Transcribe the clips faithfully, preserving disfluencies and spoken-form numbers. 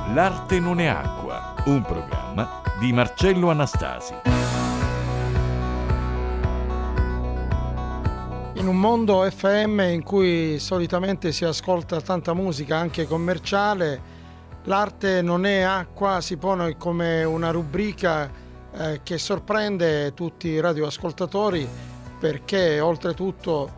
L'arte non è acqua, un programma di Marcello Anastasi. In un mondo F M in cui solitamente si ascolta tanta musica, anche commerciale, l'arte non è acqua si pone come una rubrica eh, che sorprende tutti i radioascoltatori, perché oltretutto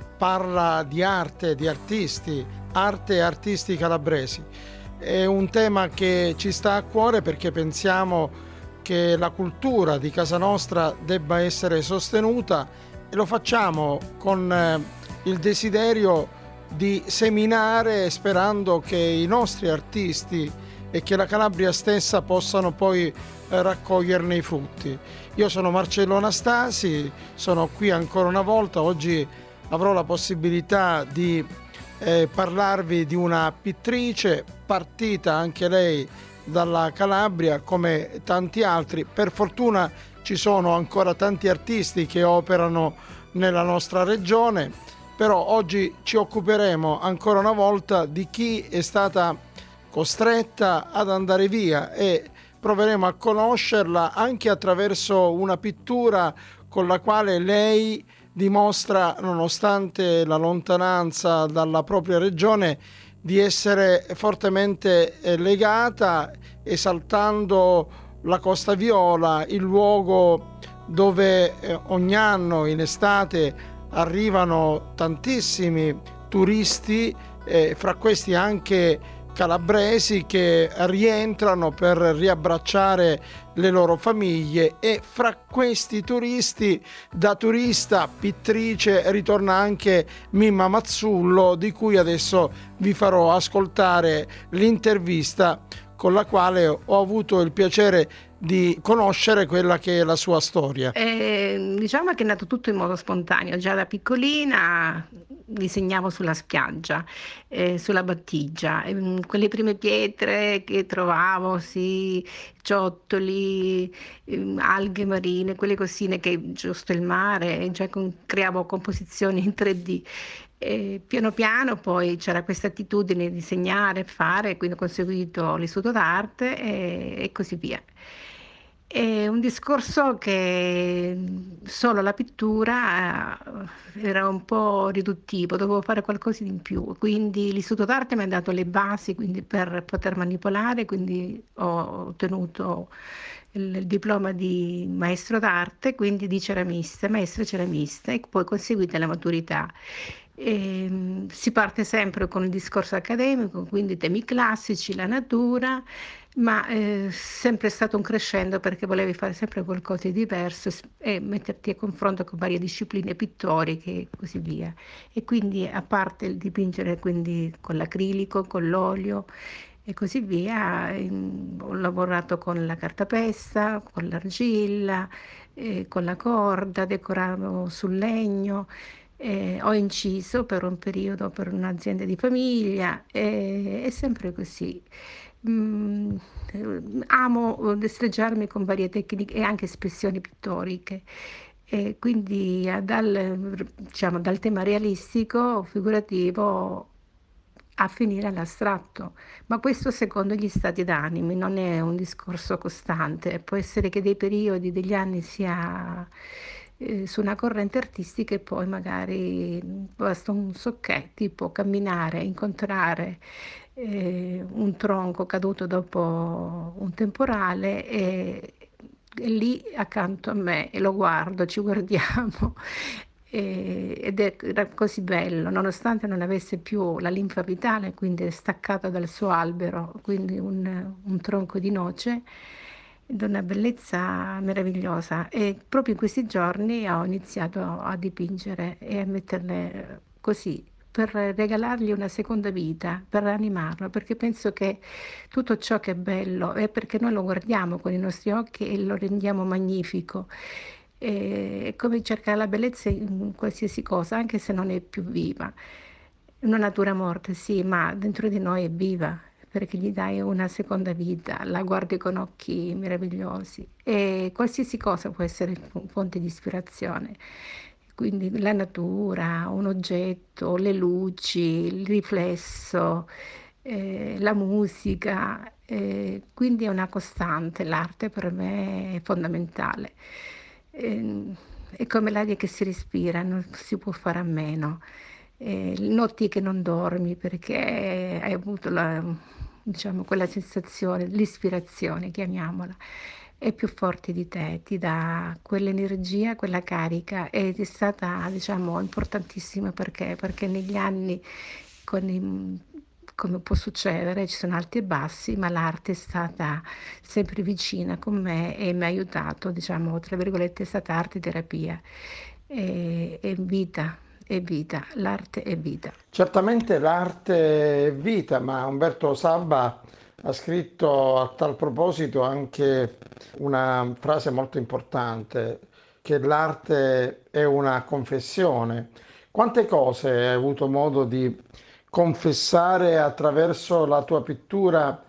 parla di arte, di artisti, arte e artisti calabresi. È un tema che ci sta a cuore perché pensiamo che la cultura di casa nostra debba essere sostenuta, e lo facciamo con eh, il desiderio di seminare, sperando che i nostri artisti e che la Calabria stessa possano poi eh, raccoglierne i frutti. Io sono Marcello Anastasi, sono qui ancora una volta. Oggi avrò la possibilità di eh, parlarvi di una pittrice partita anche lei dalla Calabria come tanti altri. Per fortuna ci sono ancora tanti artisti che operano nella nostra regione, però oggi ci occuperemo ancora una volta di chi è stata costretta ad andare via e proveremo a conoscerla anche attraverso una pittura con la quale lei dimostra, nonostante la lontananza dalla propria regione, di essere fortemente legata, esaltando la Costa Viola, il luogo dove ogni anno in estate arrivano tantissimi turisti, eh, fra questi anche calabresi, che rientrano per riabbracciare le loro famiglie, e fra questi turisti, da turista pittrice, ritorna anche Mimma Mazzullo, di cui adesso vi farò ascoltare l'intervista, con la quale ho avuto il piacere di conoscere quella che è la sua storia. Eh, diciamo che è nato tutto in modo spontaneo. Già da piccolina disegnavo sulla spiaggia, eh, sulla battigia, eh, quelle prime pietre che trovavo, sì, ciottoli, eh, alghe marine, quelle cosine che giusto il mare, già con, creavo composizioni in tre D. E piano piano poi c'era questa attitudine di disegnare, fare, quindi ho conseguito l'istituto d'arte e, e così via. È un discorso che solo la pittura eh, era un po' riduttivo, dovevo fare qualcosa di in più, quindi l'istituto d'arte mi ha dato le basi, quindi, per poter manipolare, quindi ho ottenuto il, il diploma di maestro d'arte, quindi di ceramista, maestro ceramista, e poi conseguite la maturità. E, si parte sempre con il discorso accademico, quindi temi classici, la natura, ma eh, sempre stato un crescendo, perché volevi fare sempre qualcosa di diverso e metterti a confronto con varie discipline pittoriche e così via. E quindi, a parte il dipingere quindi con l'acrilico, con l'olio e così via, ehm, ho lavorato con la cartapesta, con l'argilla, eh, con la corda, decoravo sul legno. Eh, ho inciso per un periodo per un'azienda di famiglia, e è sempre così. Mm, eh, amo destreggiarmi con varie tecniche e anche espressioni pittoriche. E quindi eh, dal, diciamo, dal tema realistico, figurativo, a finire all'astratto, ma questo secondo gli stati d'animi, non è un discorso costante. Può essere che dei periodi degli anni sia eh, su una corrente artistica, e poi magari basta un socchetto, tipo camminare, incontrare eh, un tronco caduto dopo un temporale, e è lì accanto a me e lo guardo, ci guardiamo. E- ed è- era così bello, nonostante non avesse più la linfa vitale, quindi è staccato dal suo albero, quindi un, un tronco di noce, ed una bellezza meravigliosa. E proprio in questi giorni ho iniziato a dipingere e a metterle così, per regalargli una seconda vita, per animarlo, perché penso che tutto ciò che è bello è perché noi lo guardiamo con i nostri occhi e lo rendiamo magnifico. E È come cercare la bellezza in qualsiasi cosa, anche se non è più viva. Una natura morta, sì, ma dentro di noi è viva, perché gli dai una seconda vita, la guardi con occhi meravigliosi, e qualsiasi cosa può essere fonte di ispirazione. Quindi la natura, un oggetto, le luci, il riflesso, eh, la musica, eh, quindi è una costante, l'arte per me è fondamentale. Eh, è come l'aria che si respira, non si può fare a meno. Eh, notti che non dormi perché hai avuto la, diciamo, quella sensazione, l'ispirazione, chiamiamola, è più forte di te, ti dà quell'energia, quella carica ed è stata, diciamo, importantissima perché, perché negli anni, con i- come può succedere, ci sono alti e bassi, ma l'arte è stata sempre vicina con me e mi ha aiutato, diciamo, tra virgolette, è stata arte terapia. E, è vita, è vita, l'arte è vita. Certamente l'arte è vita, ma Umberto Sabba ha scritto a tal proposito anche una frase molto importante, che l'arte è una confessione. Quante cose hai avuto modo di confessare attraverso la tua pittura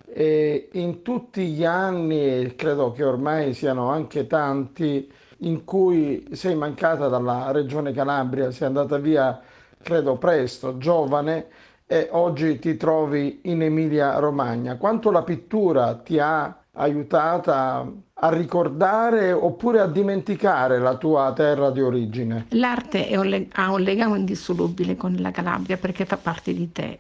e in tutti gli anni, e credo che ormai siano anche tanti, in cui sei mancata dalla Regione Calabria, sei andata via, credo presto, giovane, e oggi ti trovi in Emilia-Romagna. Quanto la pittura ti ha aiutata a ricordare oppure a dimenticare la tua terra di origine? L'arte è un le- ha un legame indissolubile con la Calabria perché fa parte di te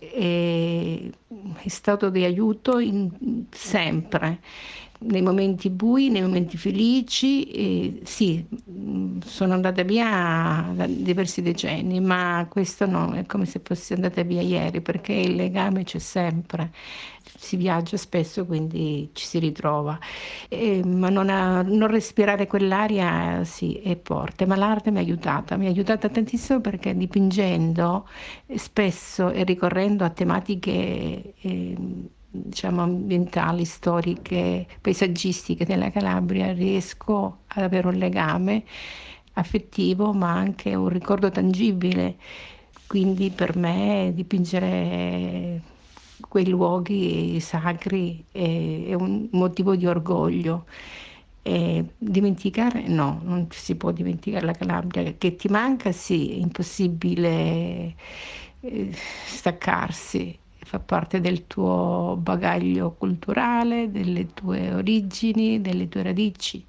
e è stato di aiuto in- sempre, nei momenti bui, nei momenti felici. E sì, mh, sono andata via da diversi decenni, ma questo no, è come se fossi andata via ieri perché il legame c'è sempre. Si viaggia spesso, quindi ci si ritrova. Eh, ma non, ha- non respirare quell'aria sì, è forte, ma l'arte mi ha aiutata, mi ha aiutata tantissimo perché dipingendo eh, spesso e ricorrendo a tematiche eh, diciamo ambientali, storiche, paesaggistiche della Calabria, riesco ad avere un legame affettivo, ma anche un ricordo tangibile. Quindi per me dipingere quei luoghi sacri è, è un motivo di orgoglio. E dimenticare? No, non ci si può dimenticare la Calabria. Che ti manca? Sì, è impossibile eh, staccarsi, fa parte del tuo bagaglio culturale, delle tue origini, delle tue radici.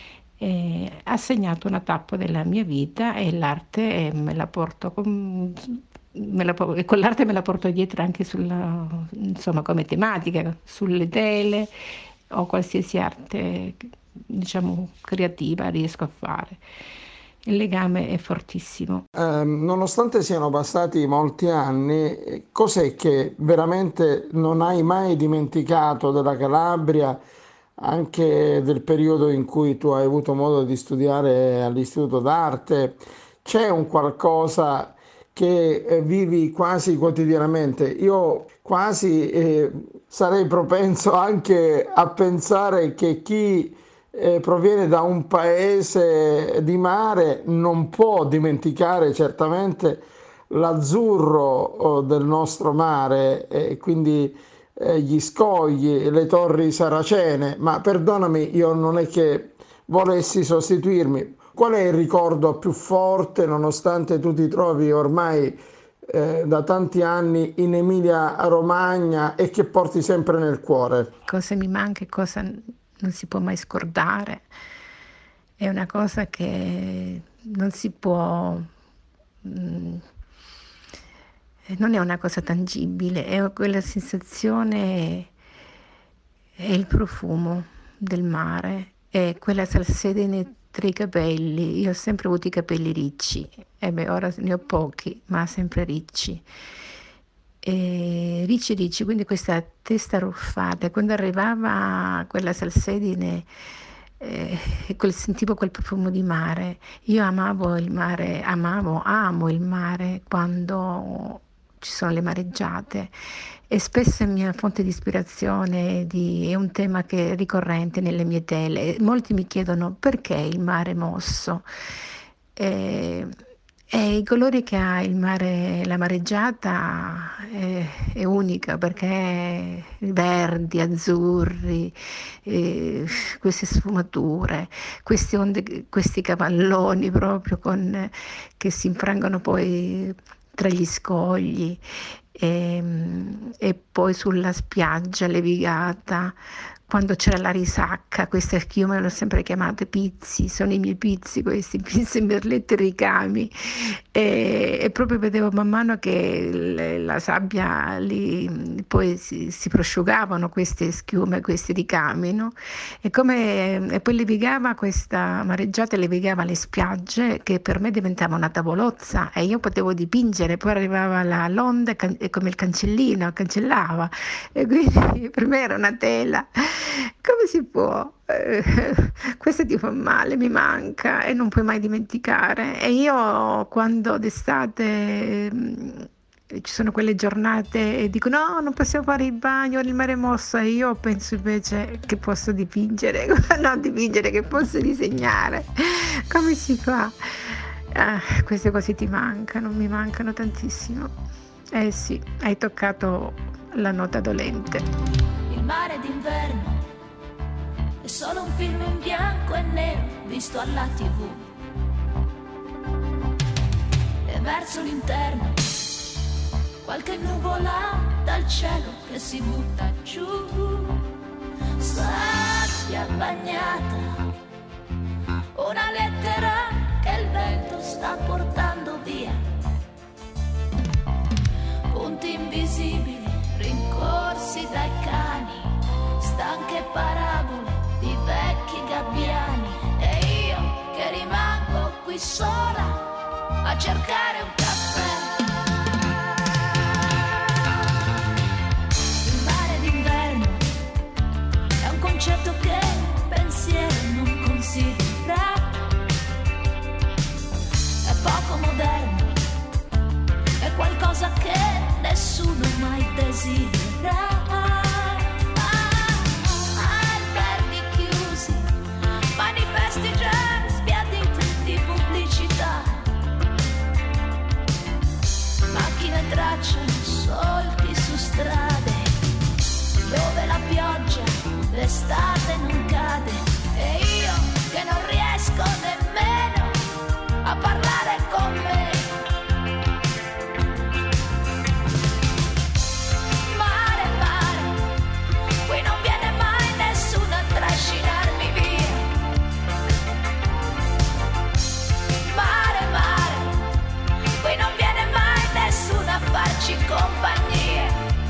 Eh, ha segnato una tappa della mia vita e l'arte eh, me la porto con, me la po- e con l'arte me la porto dietro anche sulla, insomma, come tematica, sulle tele o qualsiasi arte, diciamo, creativa riesco a fare. Il legame è fortissimo. Eh, nonostante siano passati molti anni, eh, cos'è che veramente non hai mai dimenticato della Calabria, anche del periodo in cui tu hai avuto modo di studiare all'Istituto d'Arte? C'è un qualcosa che eh, vivi quasi quotidianamente? Io quasi eh, sarei propenso anche a pensare che chi eh, proviene da un paese di mare, non può dimenticare certamente l'azzurro oh, del nostro mare e quindi eh, gli scogli, le torri saracene, ma perdonami, io non è che volessi sostituirmi. Qual è il ricordo più forte, nonostante tu ti trovi ormai eh, da tanti anni in Emilia-Romagna e che porti sempre nel cuore? Cosa mi manca e cosa non si può mai scordare. È una cosa che non si può, mm, non è una cosa tangibile, è quella sensazione, è il profumo del mare, è quella salsedine tra i capelli. Io ho sempre avuto i capelli ricci, e beh, ora ne ho pochi, ma sempre ricci. E ricci ricci, quindi questa testa arruffata, quando arrivava quella salsedine, eh, quel- sentivo quel profumo di mare. Io amavo il mare, amavo, amo il mare quando ci sono le mareggiate e spesso è mia fonte di ispirazione, di- è un tema che è ricorrente nelle mie tele. Molti mi chiedono perché il mare è mosso. E, e i colori che ha il mare, la mareggiata è, è unica perché verdi, azzurri, eh, queste sfumature, queste onde, questi cavalloni proprio con, che si infrangono poi tra gli scogli. e, e poi sulla spiaggia levigata, quando c'era la risacca, queste schiume le ho sempre chiamate pizzi, sono i miei pizzi, questi pizzi, merletti e ricami, e, e proprio vedevo man mano che le, la sabbia lì poi si, si prosciugavano queste schiume, questi ricami, no? E, come, e poi levigava questa mareggiata, levigava le spiagge che per me diventava una tavolozza e io potevo dipingere, poi arrivava la, l'onda e, can- e come il cancellino, cancellava, e quindi per me era una tela. Come si può? Eh, questo ti fa male, mi manca e non puoi mai dimenticare. E io quando d'estate mh, ci sono quelle giornate e dico no, non possiamo fare il bagno, il mare è mosso, e io penso invece che posso dipingere, no dipingere, che posso disegnare. Come si fa? Eh, queste cose ti mancano, mi mancano tantissimo. Eh sì, hai toccato la nota dolente. Il mare d'inverno è solo un film in bianco e nero visto alla tivù. E verso l'interno qualche nuvola dal cielo che si butta giù. Sabbia bagnata, una lettera che il vento sta portando via. Punti invisibili rincorsi dai cani, stanche parabole di vecchi gabbiani, e io che rimango qui sola a cercare un caffè. Il mare d'inverno è un concetto che il pensiero non considera, è poco moderno, è qualcosa che nessuno mai desidera. Manifesti già sbiaditi di pubblicità, macchine tracciano solchi su strade dove la pioggia l'estate non cade, e io che non riesco nemmeno a parlare con me. Mare, mare, qui non viene mai nessuno a trascinarmi via. Mare, mare, qui non viene mai nessuno a farci compagnia.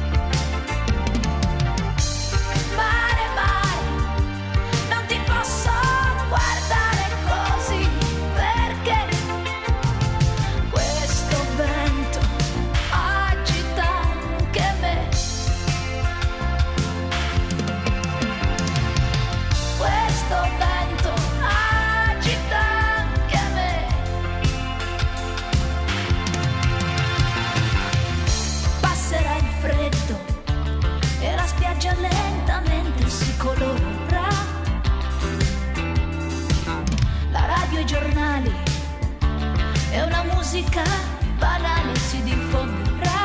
Mare, mare, non ti posso guardare così, perché questo vento agita anche me. Questo vento agita anche me. Passerà il freddo e la spiaggia lentamente si colorerà. La radio e i giornali e una musica banale si diffonderà.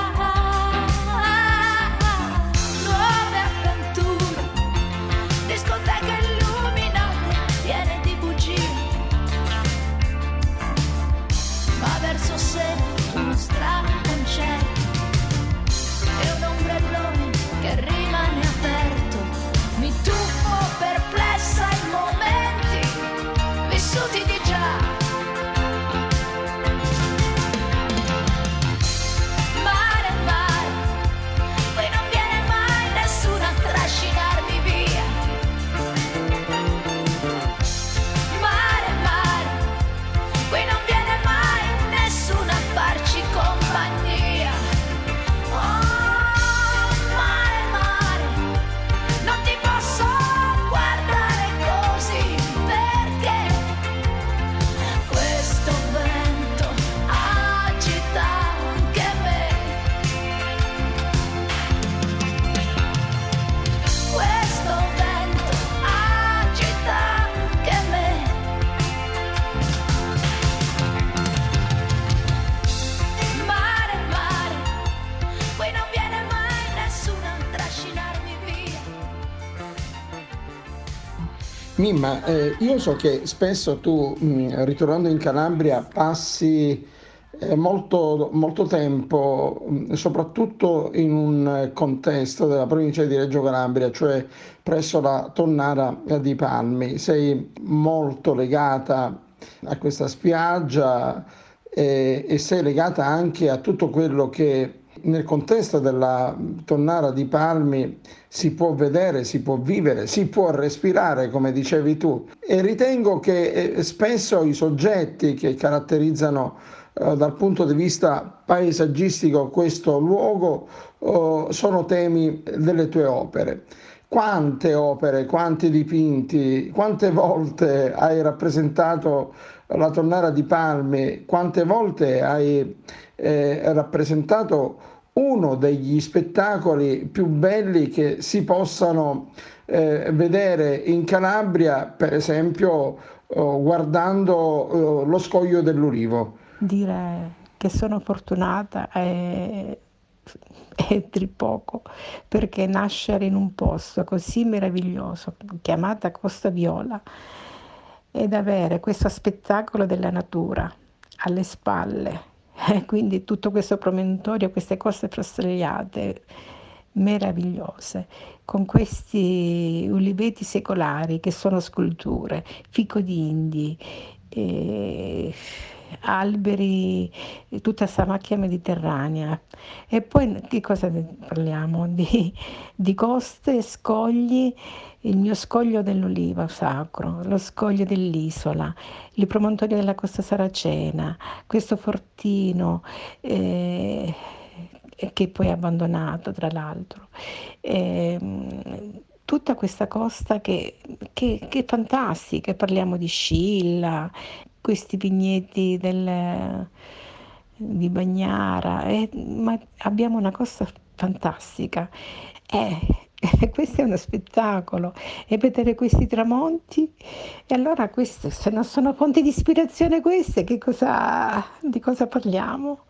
Nuove avventure, discoteche illuminate piene di bugie, ma verso sera uno strano concerto e un ombrellone che rimane aperto. Mi tuffo perplessa in momenti vissuti di già. Mare, mare, qui non viene mai nessuno a trascinarmi via. Mare, mare, qui non viene mai nessuno a farci compagnia. Oh, mare, mare, non ti posso guardare così, perché questo vento agita anche me. Questo vento agita anche me. Mare, mare, qui non viene mai nessuno a trascinarmi via. Mimma, eh, io so che spesso tu, mh, ritornando in Calabria, passi eh, molto, molto tempo, mh, soprattutto in un contesto della provincia di Reggio Calabria, cioè presso la Tonnara di Palmi. Sei molto legata a questa spiaggia e, e sei legata anche a tutto quello che nel contesto della Tonnara di Palmi si può vedere, si può vivere, si può respirare, come dicevi tu. E ritengo che eh, spesso i soggetti che caratterizzano eh, dal punto di vista paesaggistico questo luogo eh, sono temi delle tue opere. Quante opere, quanti dipinti, quante volte hai rappresentato la Tonnara di Palmi, quante volte hai eh, rappresentato uno degli spettacoli più belli che si possano eh, vedere in Calabria, per esempio eh, guardando eh, lo scoglio dell'Ulivo. Dire che sono fortunata è, è dir poco, perché nascere in un posto così meraviglioso, chiamata Costa Viola, ed avere questo spettacolo della natura alle spalle, e quindi tutto questo promontorio, queste coste frastagliate meravigliose, con questi uliveti secolari che sono sculture, fico d'Indi, eh, alberi, tutta questa macchia mediterranea. E poi che cosa ne parliamo? Di, di coste, scogli, il mio scoglio dell'Ulivo sacro, lo scoglio dell'Isola, il promontorio della Costa Saracena, questo fortino eh, che poi è abbandonato tra l'altro. Eh, tutta questa costa che, che, che è fantastica, parliamo di Scilla, questi vigneti del, di Bagnara, eh, ma abbiamo una costa fantastica. Eh, questo è uno spettacolo, e vedere questi tramonti, e allora queste, se non sono fonti di ispirazione queste, che cosa, di cosa parliamo?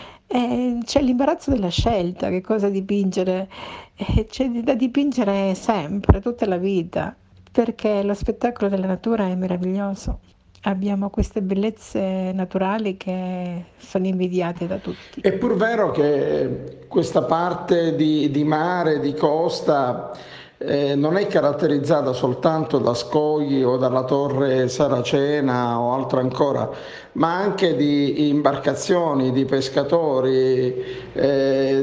Eh, c'è l'imbarazzo della scelta, che cosa dipingere, eh, c'è da dipingere sempre, tutta la vita, perché lo spettacolo della natura è meraviglioso. Abbiamo queste bellezze naturali che sono invidiate da tutti. È pur vero che questa parte di, di mare, di costa, eh, non è caratterizzata soltanto da scogli o dalla torre saracena o altro ancora, ma anche di imbarcazioni, di pescatori, eh,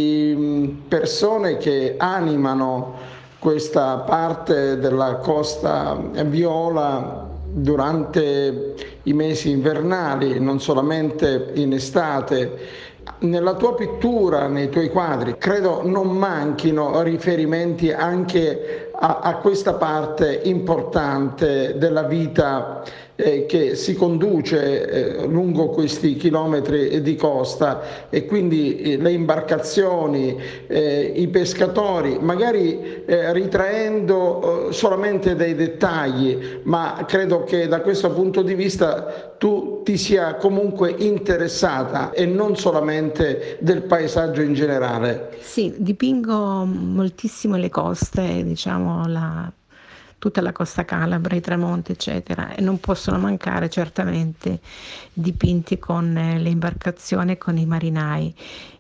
di persone che animano questa parte della Costa Viola durante i mesi invernali, non solamente in estate. Nella tua pittura, nei tuoi quadri, credo non manchino riferimenti anche a, a questa parte importante della vita eh, che si conduce eh, lungo questi chilometri di costa, e quindi eh, le imbarcazioni, eh, i pescatori, magari eh, ritraendo eh, solamente dei dettagli, ma credo che da questo punto di vista tu ti sia comunque interessata e non solamente del paesaggio in generale. Sì, dipingo moltissimo le coste, diciamo la, tutta la costa calabra, i tramonti eccetera, e non possono mancare certamente dipinti con le imbarcazioni e con i marinai.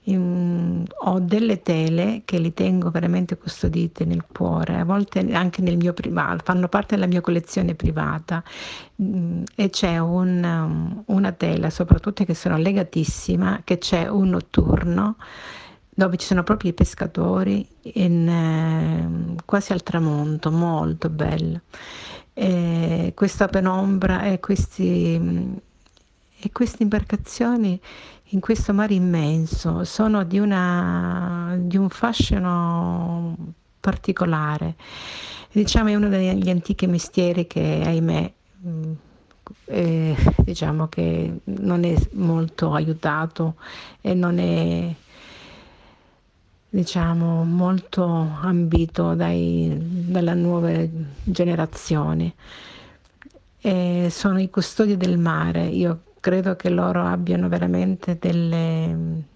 Um, ho delle tele che li tengo veramente custodite nel cuore, a volte anche nel mio privato, fanno parte della mia collezione privata, um, e c'è un, um, una tela soprattutto che sono legatissima, che c'è un notturno dove ci sono proprio i pescatori in, eh, quasi al tramonto, molto bello. E questa penombra e, questi, e queste imbarcazioni in questo mare immenso sono di, una, di un fascino particolare. Diciamo è uno degli antichi mestieri che, ahimè, eh, diciamo che non è molto aiutato e non è, diciamo, molto ambito dai, dalle nuove generazioni. E sono i custodi del mare. Io credo che loro abbiano veramente delle,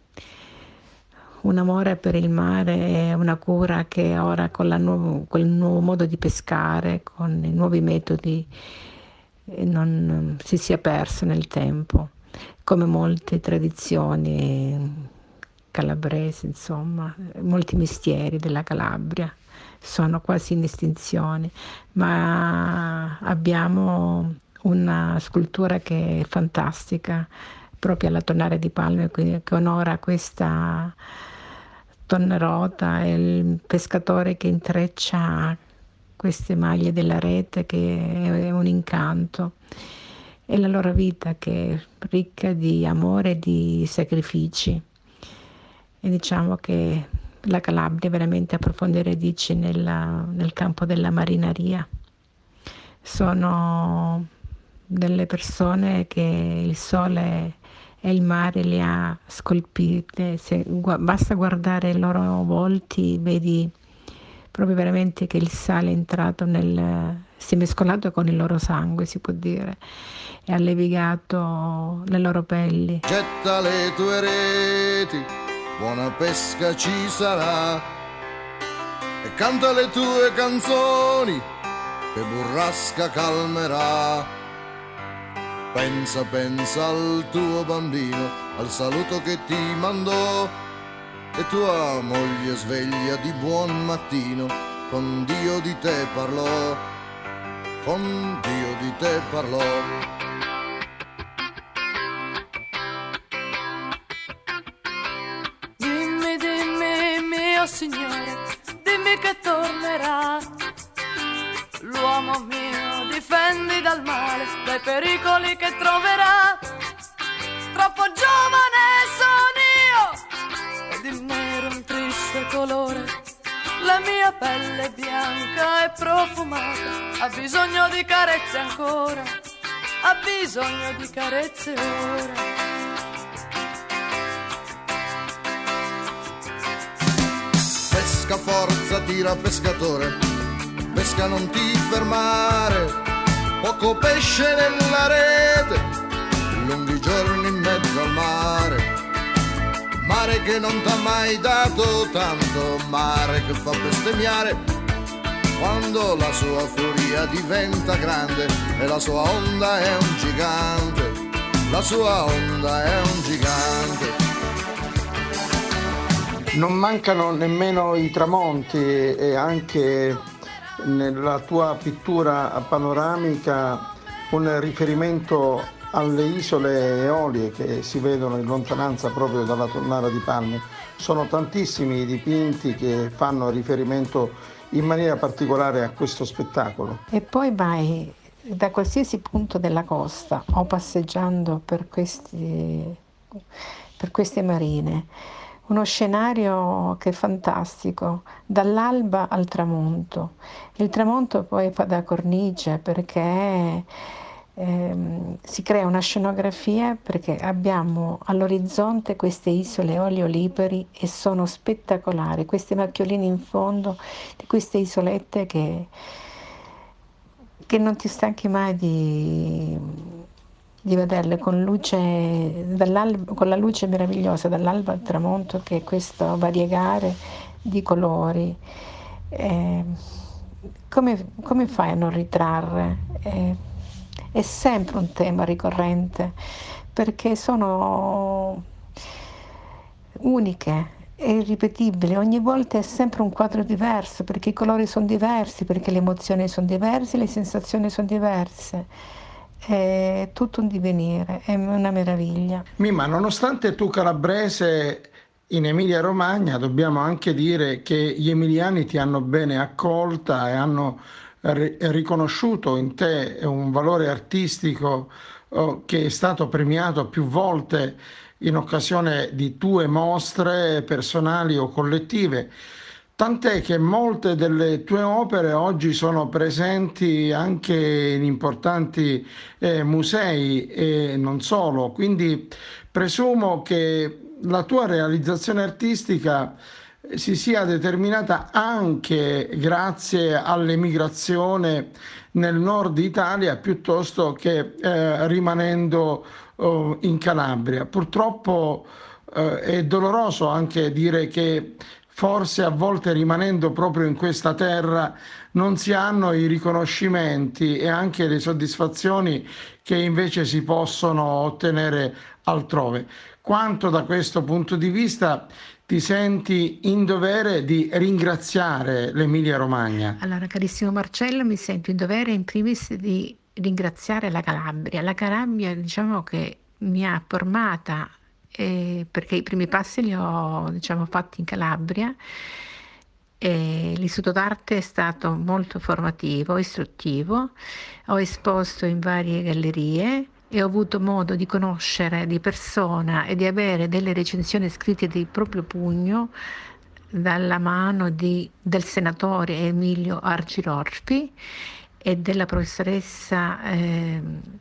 un amore per il mare e una cura che ora con la nuovo, quel nuovo modo di pescare, con i nuovi metodi, non si sia perso nel tempo. come molte tradizioni calabresi, insomma, molti mestieri della Calabria sono quasi in estinzione, ma abbiamo una scultura che è fantastica, proprio alla Tonnara di Palme, che onora questa tonnerota e il pescatore che intreccia queste maglie della rete, che è un incanto, e la loro vita che è ricca di amore e di sacrifici. E diciamo che la Calabria veramente ha profonde radici nella, nel campo della marineria. Sono delle persone che il sole e il mare le ha scolpite. Se, gu- basta guardare i loro volti, vedi proprio veramente che il sale è entrato nel, si è mescolato con il loro sangue, si può dire, e ha levigato le loro pelli. Getta le tue reti, buona pesca ci sarà, e canta le tue canzoni che burrasca calmerà. Pensa, pensa al tuo bambino, al saluto che ti mandò, e tua moglie sveglia di buon mattino, con Dio di te parlò, con Dio di te parlò. Dimmi, dimmi, mio Signore, dimmi che tornerà. L'uomo mio, difendi dal male, dai pericoli che troverà. Troppo giovane sono io, ed il nero è un triste colore. La mia pelle bianca e profumata ha bisogno di carezze ancora, ha bisogno di carezze ora. Pesca forza, tira pescatore, pesca non ti fermare, poco pesce nella rete, lunghi giorni in mezzo al mare. Mare che non t'ha mai dato tanto, mare che fa bestemmiare quando la sua furia diventa grande, e la sua onda è un gigante, la sua onda è un gigante. Non mancano nemmeno i tramonti, e anche nella tua pittura panoramica un riferimento alle isole Eolie che si vedono in lontananza proprio dalla Tonnara di Palme. Sono tantissimi i dipinti che fanno riferimento in maniera particolare a questo spettacolo. E poi vai da qualsiasi punto della costa o passeggiando per, questi, per queste marine, uno scenario che è fantastico, dall'alba al tramonto. Il tramonto poi fa da cornice, perché ehm, si crea una scenografia, perché abbiamo all'orizzonte queste isole oleolipari e sono spettacolari, queste macchioline in fondo di queste isolette che, che non ti stanchi mai di... di vederle con luce dall'alba, con la luce meravigliosa dall'alba al tramonto, che è questo variegare di colori. Eh, come, come fai a non ritrarre? Eh, è sempre un tema ricorrente, perché sono uniche e irripetibili, ogni volta è sempre un quadro diverso, perché i colori sono diversi, perché le emozioni sono diverse, le sensazioni sono diverse. È tutto un divenire, è una meraviglia. Mimma, nonostante tu calabrese in Emilia Romagna, dobbiamo anche dire che gli emiliani ti hanno bene accolta e hanno ri- riconosciuto in te un valore artistico oh, che è stato premiato più volte in occasione di tue mostre personali o collettive. Tant'è che molte delle tue opere oggi sono presenti anche in importanti eh, musei e non solo, quindi presumo che la tua realizzazione artistica si sia determinata anche grazie all'emigrazione nel nord Italia piuttosto che eh, rimanendo oh, in Calabria. Purtroppo eh, è doloroso anche dire che forse a volte rimanendo proprio in questa terra non si hanno i riconoscimenti e anche le soddisfazioni che invece si possono ottenere altrove. Quanto da questo punto di vista ti senti in dovere di ringraziare l'Emilia Romagna? Allora, carissimo Marcello, mi sento in dovere in primis di ringraziare la Calabria. La Calabria, diciamo che mi ha formata eh, perché i primi passi li ho, diciamo, fatti in Calabria. E l'Istituto d'Arte è stato molto formativo, istruttivo. Ho esposto in varie gallerie e ho avuto modo di conoscere di persona e di avere delle recensioni scritte di proprio pugno dalla mano di, del senatore Emilio Argirorfi e della professoressa eh,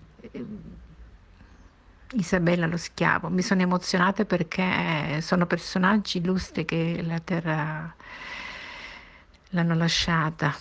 Isabella Lo Schiavo. Mi sono emozionata perché sono personaggi illustri che la terra l'hanno lasciata.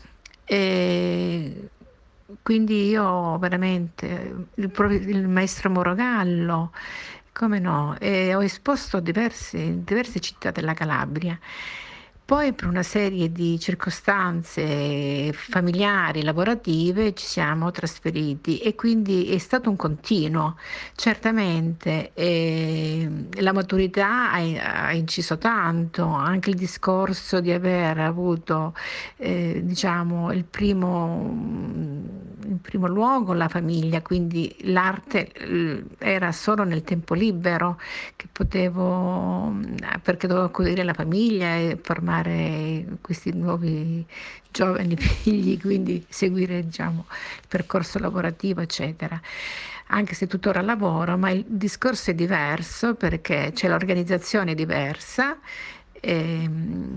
E quindi io veramente, il, il maestro Morogallo, come no, e ho esposto a diverse, diverse città della Calabria. Poi per una serie di circostanze familiari, lavorative, ci siamo trasferiti e quindi è stato un continuo. Certamente eh, la maturità ha, ha inciso tanto, anche il discorso di aver avuto eh, diciamo il primo, in primo luogo la famiglia, quindi l'arte eh, era solo nel tempo libero che potevo, perché dovevo accudire la famiglia e formare questi nuovi giovani figli, quindi seguire, diciamo, il percorso lavorativo, eccetera. Anche se tuttora lavoro, ma il discorso è diverso perché c'è l'organizzazione diversa. E,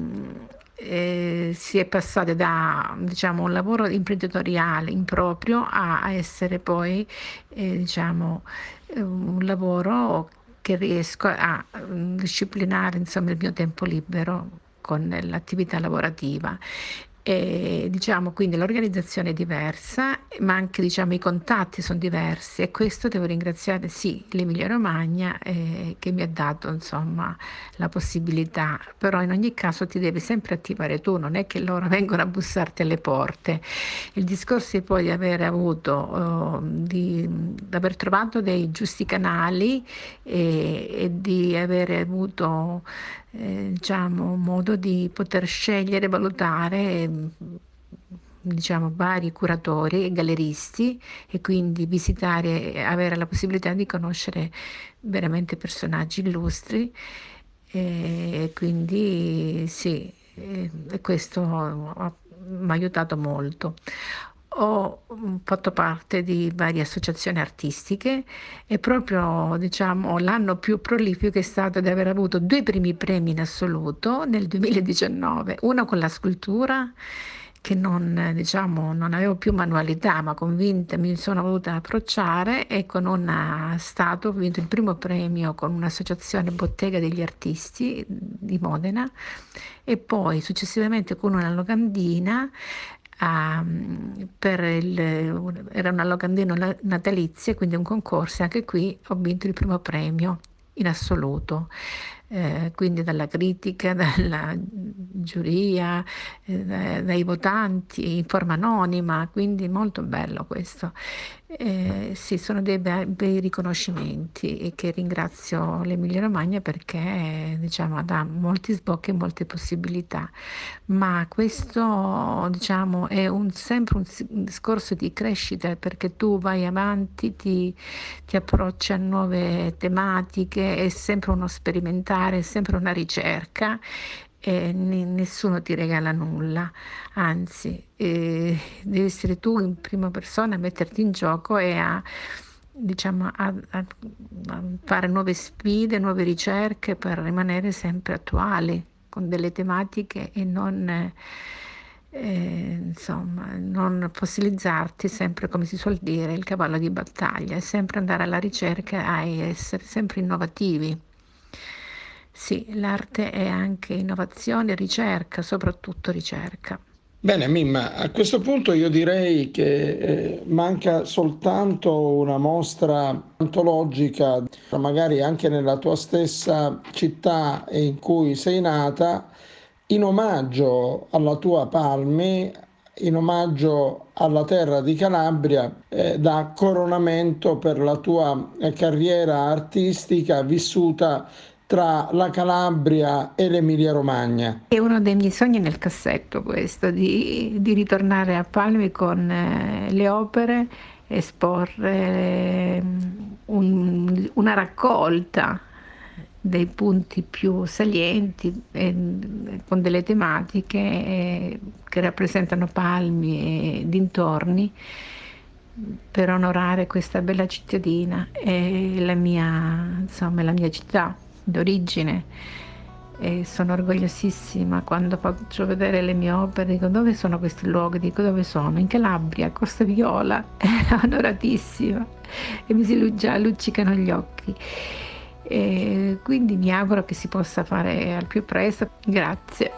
e si è passati da, diciamo, un lavoro imprenditoriale improprio a, a essere poi eh, diciamo, un lavoro che riesco a disciplinare, insomma, il mio tempo libero con l'attività lavorativa. E, diciamo, quindi l'organizzazione è diversa, ma anche, diciamo, i contatti sono diversi e questo devo ringraziare sì l'Emilia Romagna eh, che mi ha dato, insomma, la possibilità. Però in ogni caso ti devi sempre attivare tu, non è che loro vengono a bussarti alle porte. Il discorso è poi di aver avuto, uh, di, di aver trovato dei giusti canali e, e di avere avuto Eh, diciamo modo di poter scegliere, valutare diciamo vari curatori e galleristi e quindi visitare e avere la possibilità di conoscere veramente personaggi illustri e quindi sì, e, e questo mi ha aiutato molto. Ho fatto parte di varie associazioni artistiche e proprio, diciamo, l'anno più prolifico è stato di aver avuto due primi premi in assoluto nel duemiladiciannove, uno con la scultura che non, diciamo, non avevo più manualità, ma convinta mi sono voluta approcciare e con una statua ho vinto il primo premio con un'associazione Bottega degli Artisti di Modena e poi successivamente con una locandina. Uh, per il, era una locandina natalizia, quindi un concorso, anche qui ho vinto il primo premio in assoluto, eh, quindi dalla critica, dalla giuria, eh, dai votanti in forma anonima, quindi molto bello questo. Eh, sì, sono dei bei, bei riconoscimenti e che ringrazio l'Emilia Romagna perché, diciamo, dà molti sbocchi e molte possibilità, ma questo, diciamo, è un, sempre un, un discorso di crescita perché tu vai avanti, ti, ti approcci a nuove tematiche, è sempre uno sperimentare, è sempre una ricerca e n- nessuno ti regala nulla, anzi eh, devi essere tu in prima persona a metterti in gioco e a, diciamo, a, a, a fare nuove sfide, nuove ricerche per rimanere sempre attuali con delle tematiche e non eh, insomma non fossilizzarti sempre, come si suol dire, il cavallo di battaglia, è sempre andare alla ricerca e essere sempre innovativi. Sì, l'arte è anche innovazione, ricerca, soprattutto ricerca. Bene, Mimma, a questo punto io direi che eh, manca soltanto una mostra antologica, magari anche nella tua stessa città in cui sei nata, in omaggio alla tua Palmi, in omaggio alla terra di Calabria, eh, da coronamento per la tua eh, carriera artistica vissuta tra la Calabria e l'Emilia Romagna. È uno dei miei sogni nel cassetto questo, di, di ritornare a Palmi con eh, le opere, esporre eh, un, una raccolta dei punti più salienti, eh, con delle tematiche eh, che rappresentano Palmi e dintorni, per onorare questa bella cittadina e la mia, insomma, la mia città d'origine. E sono orgogliosissima quando faccio vedere le mie opere, dico dove sono questi luoghi, dico dove sono, in Calabria, a Costa Viola, onoratissima, e mi si già luccicano gli occhi. E quindi mi auguro che si possa fare al più presto. Grazie.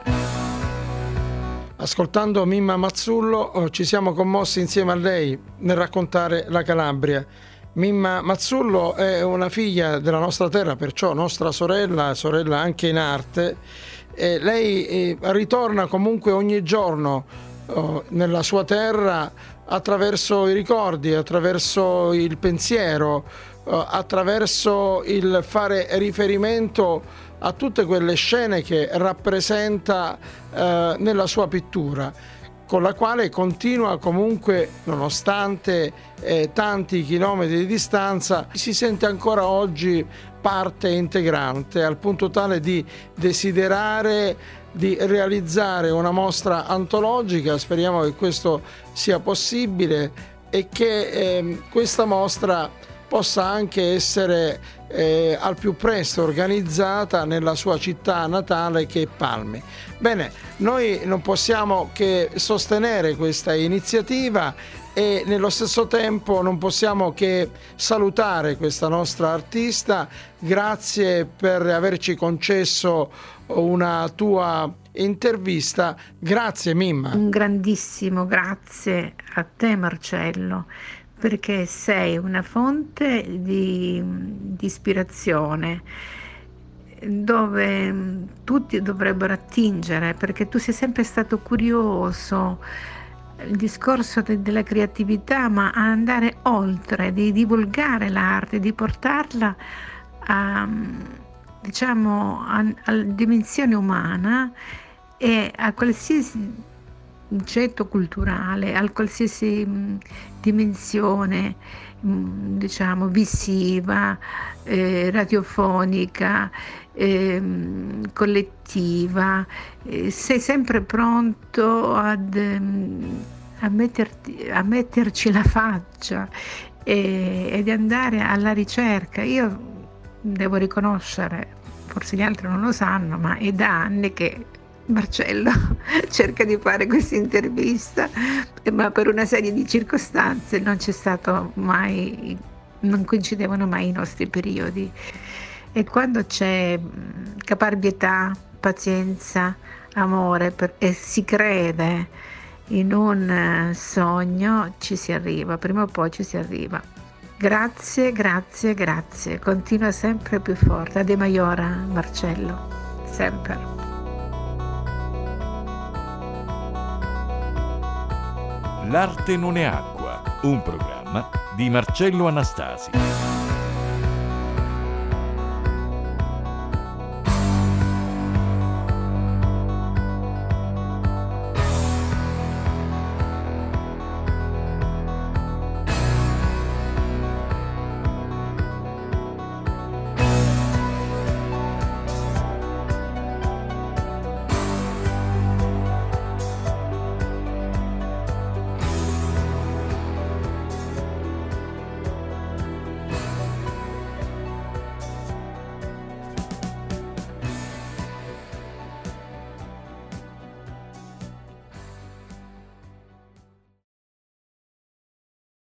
Ascoltando Mimma Mazzullo ci siamo commossi insieme a lei nel raccontare la Calabria. Mimma Mazzullo è una figlia della nostra terra, perciò nostra sorella, sorella anche in arte, e lei eh, ritorna comunque ogni giorno oh, nella sua terra attraverso i ricordi, attraverso il pensiero, oh, attraverso il fare riferimento a tutte quelle scene che rappresenta eh, nella sua pittura, con la quale continua comunque, nonostante eh, tanti chilometri di distanza, si sente ancora oggi parte integrante, al punto tale di desiderare di realizzare una mostra antologica. Speriamo che questo sia possibile e che eh, questa mostra possa anche essere eh, al più presto organizzata nella sua città natale, che è Palmi. Bene, noi non possiamo che sostenere questa iniziativa e nello stesso tempo non possiamo che salutare questa nostra artista. Grazie per averci concesso una tua intervista. Grazie Mimma. Un grandissimo grazie a te Marcello, perché sei una fonte di, di ispirazione dove tutti dovrebbero attingere, perché tu sei sempre stato curioso, il discorso de, della creatività, ma a andare oltre, di divulgare l'arte, di portarla a, diciamo, a, a dimensione umana e a qualsiasi concetto culturale, a qualsiasi mh, dimensione mh, diciamo visiva, eh, radiofonica, eh, collettiva. Eh, sei sempre pronto ad, ehm, a, metterti, a metterci la faccia e, ed andare alla ricerca. Io devo riconoscere, forse gli altri non lo sanno, ma è da anni che Marcello cerca di fare questa intervista, ma per una serie di circostanze non c'è stato mai, non coincidevano mai i nostri periodi. E quando c'è caparbietà, pazienza, amore per, e si crede in un sogno, ci si arriva, prima o poi ci si arriva. Grazie, grazie, grazie. Continua sempre più forte. Ade Maiora, Marcello, sempre. L'arte non è acqua, un programma di Marcello Anastasi.